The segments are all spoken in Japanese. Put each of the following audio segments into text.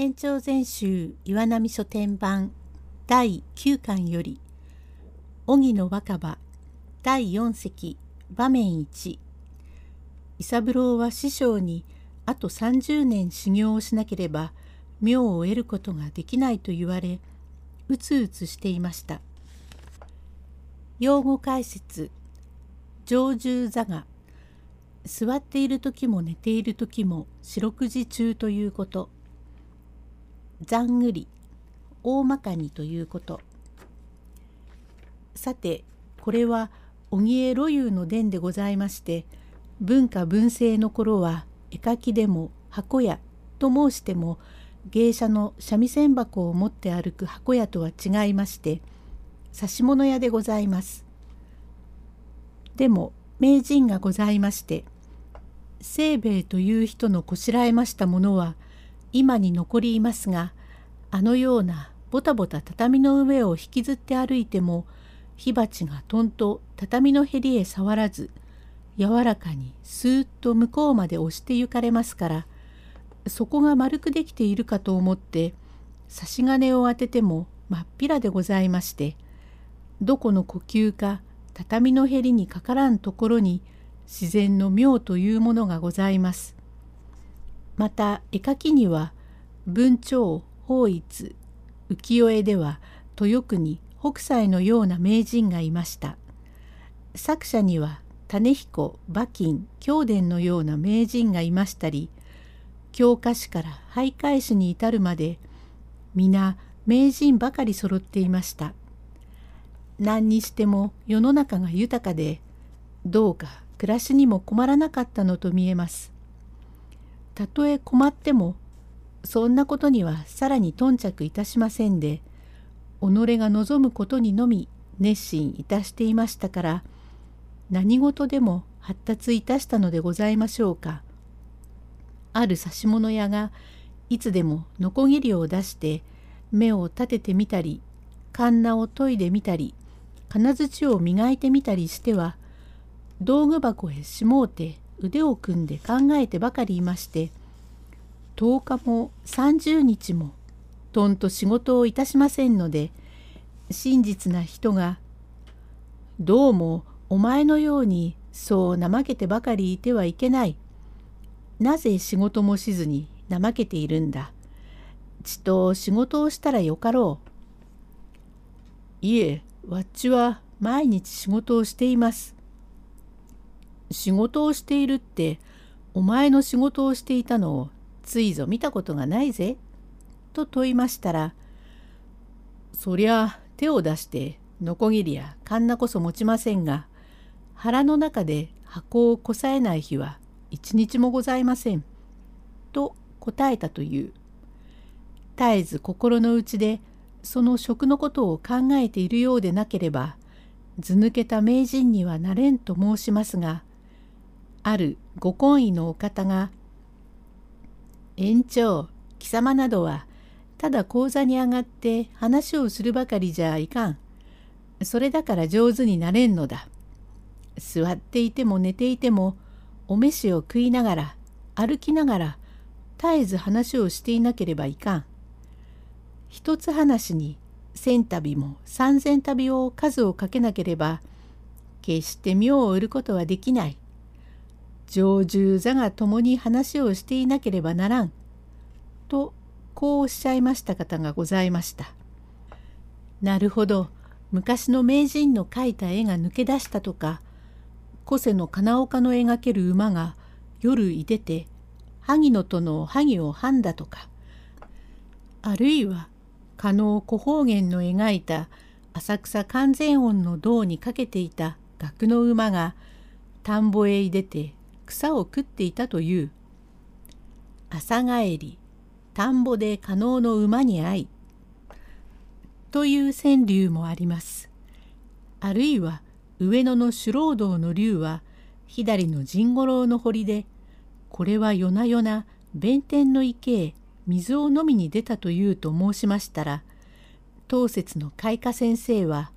天長全集岩波書店版第9巻より荻野若葉第4席場面1。伊三郎は師匠にあと30年修行をしなければ名を得ることができないと言われ、うつうつしていました。用語解説。常住座が座っている時も寝ている時も四六時中ということ。ざんぐり大まかにということ。さてこれは荻江路遊の伝でございまして、文化文政の頃は絵描きでも箱屋と申しても芸者の三味線箱を持って歩く箱屋とは違いまして指物屋でございます。でも名人がございまして、清兵衛という人のこしらえましたものは今に残りいますが、あのようなぼたぼた畳の上を引きずって歩いても火鉢がとんと畳のへりへ触らず、柔らかにスーッと向こうまで押して行かれますから、そこが丸くできているかと思って差し金を当てても真っ平でございまして、どこの呼吸か畳のへりにかからんところに自然の妙というものがございます。また絵描きには文鳥、法一、浮世絵では豊国、北斎のような名人がいました。作者には種彦、馬琴、京伝のような名人がいましたり、教科書から俳諧詩に至るまで皆名人ばかり揃っていました。何にしても世の中が豊かで、どうか暮らしにも困らなかったのと見えます。たとえ困ってもそんなことにはさらに頓着いたしませんで、己が望むことにのみ熱心いたしていましたから、何事でも発達いたしたのでございましょうか。ある指物屋がいつでものこぎりを出して目を立ててみたり、かんなを研いでみたり、金槌を磨いてみたりしては、道具箱へしもうて腕を組んで考えてばかりいまして、10日も30日もとんと仕事をいたしませんので、真実な人が「どうもお前のようにそう怠けてばかりいてはいけない。なぜ仕事もしずに怠けているんだ。ちと仕事をしたらよかろう。いえ、わっちは毎日仕事をしています。仕事をしているって、お前の仕事をしていたのをついぞ見たことがないぜ。と問いましたら、そりゃ手を出してのこぎりやかんなこそ持ちませんが、腹の中で箱をこさえない日は一日もございません。と答えたという。絶えず心の内でその職のことを考えているようでなければ、図抜けた名人にはなれんと申しますが、あるご懇意のお方が、園長、貴様などはただ講座に上がって話をするばかりじゃいかん。それだから上手になれんのだ。座っていても寝ていてもお飯を食いながら歩きながら絶えず話をしていなければいかん。一つ話に1,000旅も3,000旅を数をかけなければ決して妙を売ることはできない。常住座が共に話をしていなければならん。とこうおっしゃいました方がございました。なるほど、昔の名人の描いた絵が抜け出したとか、小瀬の金岡の描ける馬が夜いでて萩の戸の萩をはんだとか、あるいは加納小方言の描いた浅草観世音の胴にかけていた学の馬が田んぼへいでて草を食っていたという。朝帰り田んぼで加納の馬に会いという川柳もあります。あるいは上野の朱老道の龍は左の甚五郎の堀で、これは夜な夜な弁天の池へ水を飲みに出たというと申しましたら、当節の開花先生は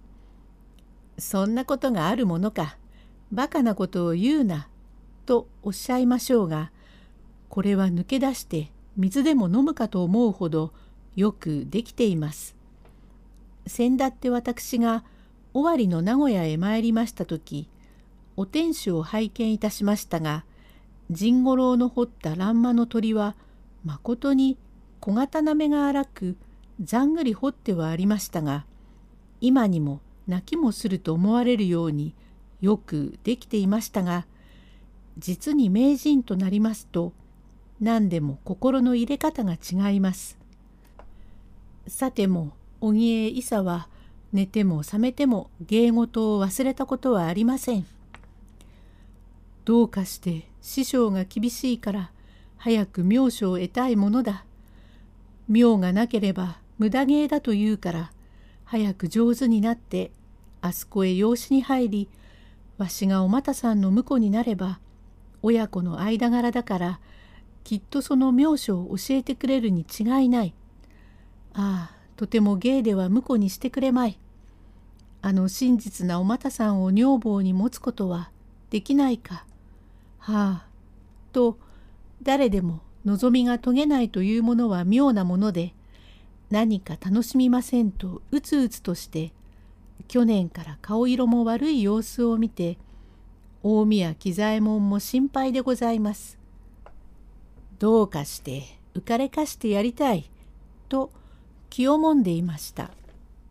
「そんなことがあるものか、バカなことを言うな」とおっしゃいましょうが、これは抜け出して水でも飲むかと思うほどよくできています。先だって私が尾張の名古屋へ参りました時、お天守を拝見いたしましたが、甚五郎の彫った欄間の鳥はまことに小刀目が荒くざんぐり彫ってはありましたが、今にも泣きもすると思われるようによくできていましたが、実に名人となりますと何でも心の入れ方が違います。さても鬼江伊佐は寝ても覚めても芸事を忘れたことはありません。どうかして師匠が厳しいから早く妙手を得たいものだ。妙がなければ無駄芸だというから早く上手になってあそこへ養子に入り、わしがお又さんの婿になれば親子の間柄だからきっとその妙手を教えてくれるに違いない。ああ、とても芸では婿にしてくれまい。あの真実なお又さんを女房に持つことはできないか。はあ。と誰でも望みが遂げないというものは妙なもので、何か楽しみませんとうつうつとして去年から顔色も悪い様子を見て、大宮喜左衛門も心配でございます。どうかして浮かれかしてやりたいと気をもんでいました。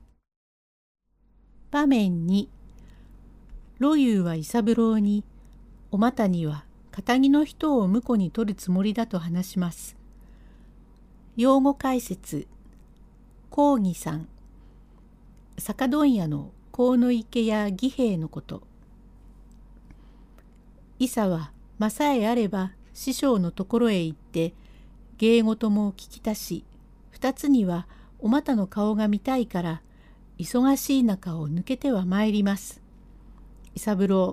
場面2、露友は伊三郎にお股には堅気の人を婿に取るつもりだと話します。用語解説。公儀さん、酒問屋の鴻池や義兵衛のこと。伊佐は間さえあれば師匠のところへ行って芸事も聞きたし、二つにはお股の顔が見たいから忙しい中を抜けては参ります。伊三郎、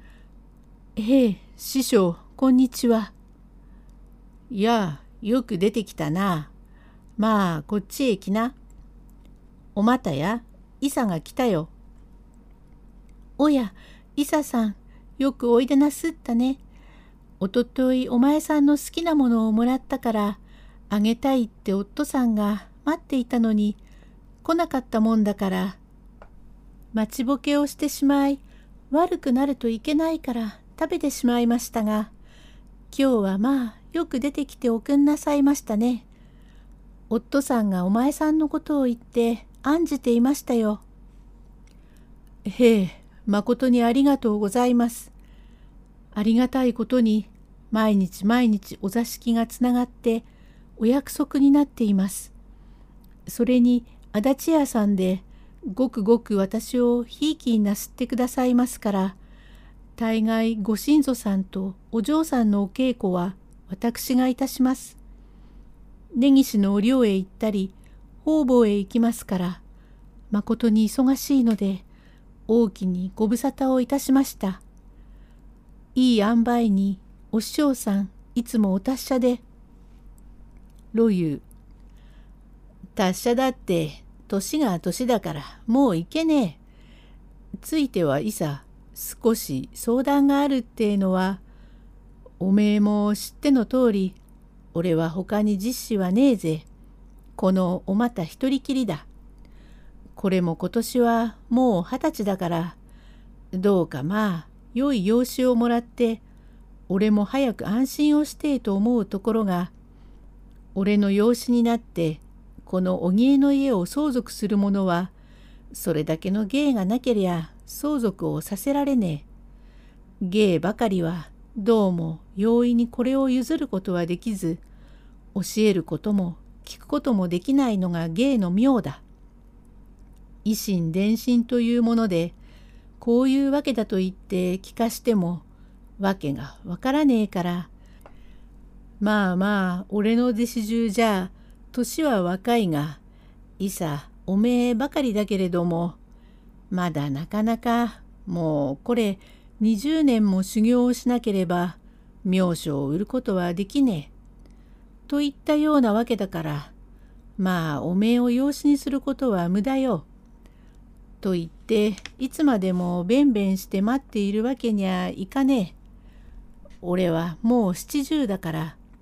師匠こんにちは。いや、よく出てきたな。まあこっちへ来な。お股や伊佐が来たよ。おや、伊佐さん、よくおいでなすったね。おとといお前さんの好きなものをもらったからあげたいって夫さんが待っていたのに来なかったもんだから待ちぼけをしてしまい、悪くなるといけないから食べてしまいましたが、今日はまあよく出てきておくんなさいましたね。夫さんがお前さんのことを言って案じていましたよ。へえ、まことにありがとうございます。ありがたいことに毎日毎日お座敷がつながってお約束になっています。それに足立屋さんでごくごく私をひいきになすってくださいますから、大概ご親祖さんとお嬢さんのお稽古は私がいたします。根岸のお寮へ行ったり方々へ行きますから、まことに忙しいので大きにご無沙汰をいたしました。いい塩梅にお師匠さんいつもお達者で。露友、達者だって年が年だからもういけねえ。ついてはいさ少し相談があるってのは、おめえも知っての通り俺は他に実子はねえぜ。このお股一人きりだ。これも今年はもう20歳だから、どうかまあ良い養子をもらって俺も早く安心をしてえと思うところが、俺の養子になってこの荻江の家を相続する者はそれだけの芸がなけりゃ相続をさせられねえ。芸ばかりはどうも容易にこれを譲ることはできず、教えることも聞くこともできないのが芸の妙だ。以心伝心というもので、こういうわけだと言って聞かしてもわけがわからねえから、まあまあ俺の弟子中じゃ年は若いが、いさおめえばかりだけれども、まだなかなかもうこれ20年も修行をしなければ妙手を売ることはできねえ。といったようなわけだから、まあおめえを養子にすることは無駄よ。と言っていつまでもべんべんして待っているわけにゃいかねえ。俺はもう70だから、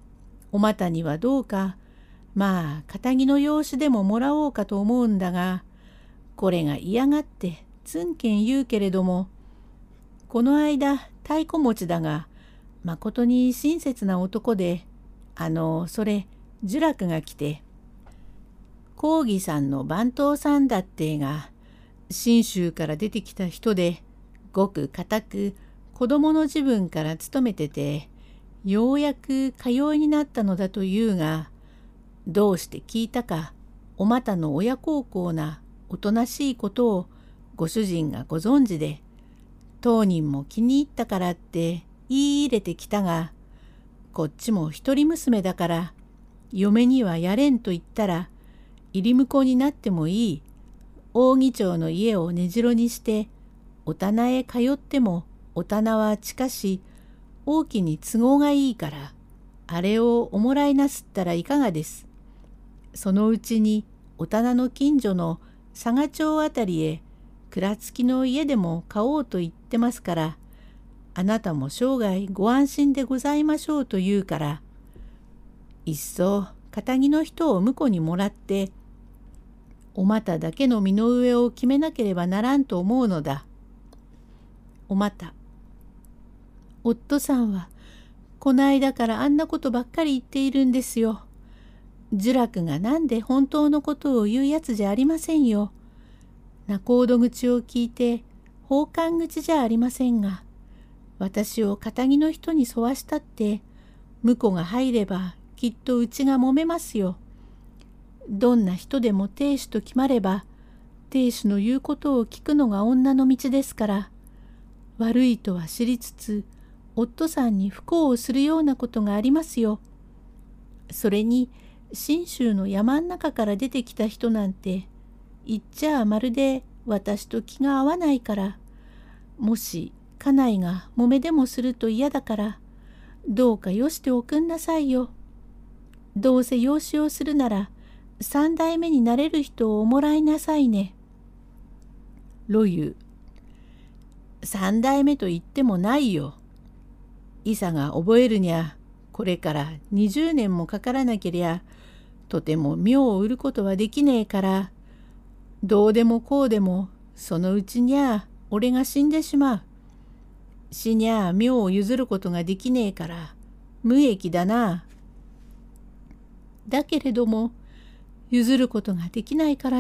お股にはどうか、まあ堅気の養子でももらおうかと思うんだが、これが嫌がってつんけん言うけれども、この間太鼓持ちだが、まことに親切な男で、それ呪楽が来て、講義さんの番頭さんだってが、信州から出てきた人で、ごく固く子供の時分から勤めてて、ようやく通いになったのだというが、どうして聞いたか、お股の親孝行なおとなしいことをご主人がご存知で、当人も気に入ったからって言い入れてきたが、こっちも一人娘だから、嫁にはやれんと言ったら、入り婿になってもいい、扇町の家を根城にして、お店へ通ってもお店は近し、大きに都合がいいから、あれをおもらいなすったらいかがです。そのうちにお店の近所の佐賀町あたりへ蔵付きの家でも買おうと言ってますから、あなたも生涯ご安心でございましょうと言うから、いっそ堅気の人を婿にもらって、お股だけの身の上を決めなければならんと思うのだ。お股、夫さんはこの間からあんなことばっかり言っているんですよ。呪楽がなんで本当のことを言うやつじゃありませんよ。仲人口を聞いて奉還口じゃありませんが、私を堅気の人に沿わしたって、婿が入ればきっとうちが揉めますよ。どんな人でも亭主と決まれば、亭主の言うことを聞くのが女の道ですから、悪いとは知りつつ、夫さんに不幸をするようなことがありますよ。それに、信州の山ん中から出てきた人なんて、言っちゃまるで私と気が合わないから、もし家内が揉めでもすると嫌だから、どうかよしておくんなさいよ。どうせ養子をするなら、三代目になれる人をおもらいなさいね。ロユ、三代目と言ってもないよ。イサが覚えるにゃ、これから20年もかからなけりゃ、とても妙を売ることはできねえから、どうでもこうでも、そのうちにゃ俺が死んでしまう。死にゃ妙を譲ることができねえから、無益だな。だけれども、譲ることができないからって、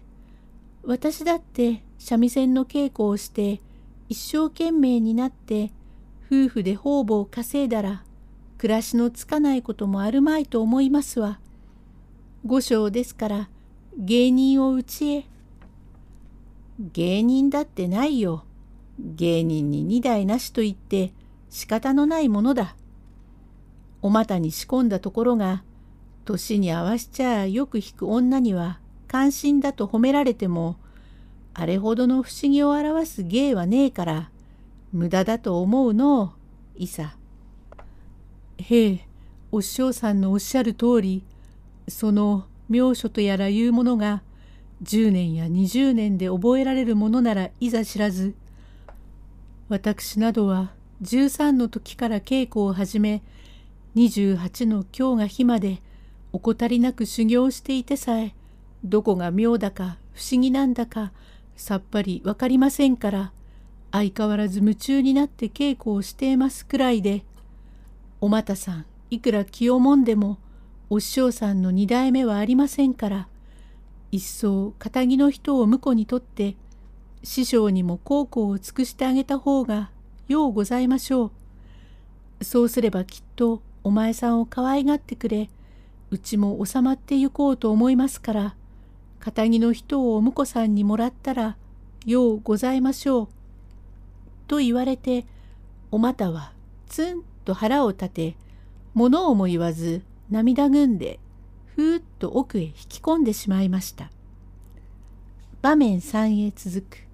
私だって三味線の稽古をして一生懸命になって夫婦で方々稼いだら暮らしのつかないこともあるまいと思いますわ。五章ですから芸人をうちへ。芸人だってないよ。芸人に二代なしと言って仕方のないものだ。お股に仕込んだところが年に合わしちゃよく弾く女には感心だと褒められても、あれほどの不思議を表す芸はねえから、無駄だと思うの、いさ。へえ、お師匠さんのおっしゃる通り、その妙所とやらいうものが、10年や20年で覚えられるものならいざ知らず、私などは13の時から稽古を始め、28の今日が日まで、怠りなく修行していてさえ、どこが妙だか不思議なんだかさっぱりわかりませんから、相変わらず夢中になって稽古をしていますくらいで、お股さんいくら気をもんでもお師匠さんの二代目はありませんから、一層堅気の人を婿にとって師匠にも孝行を尽くしてあげた方がようございましょう。そうすればきっとお前さんを可愛がってくれ、うちも収まってゆこうと思いますから、堅気の人をお婿さんにもらったらようございましょう。と言われて、お股はつんと腹を立て、物をも言わず涙ぐんで、ふーっと奥へ引き込んでしまいました。場面3へ続く。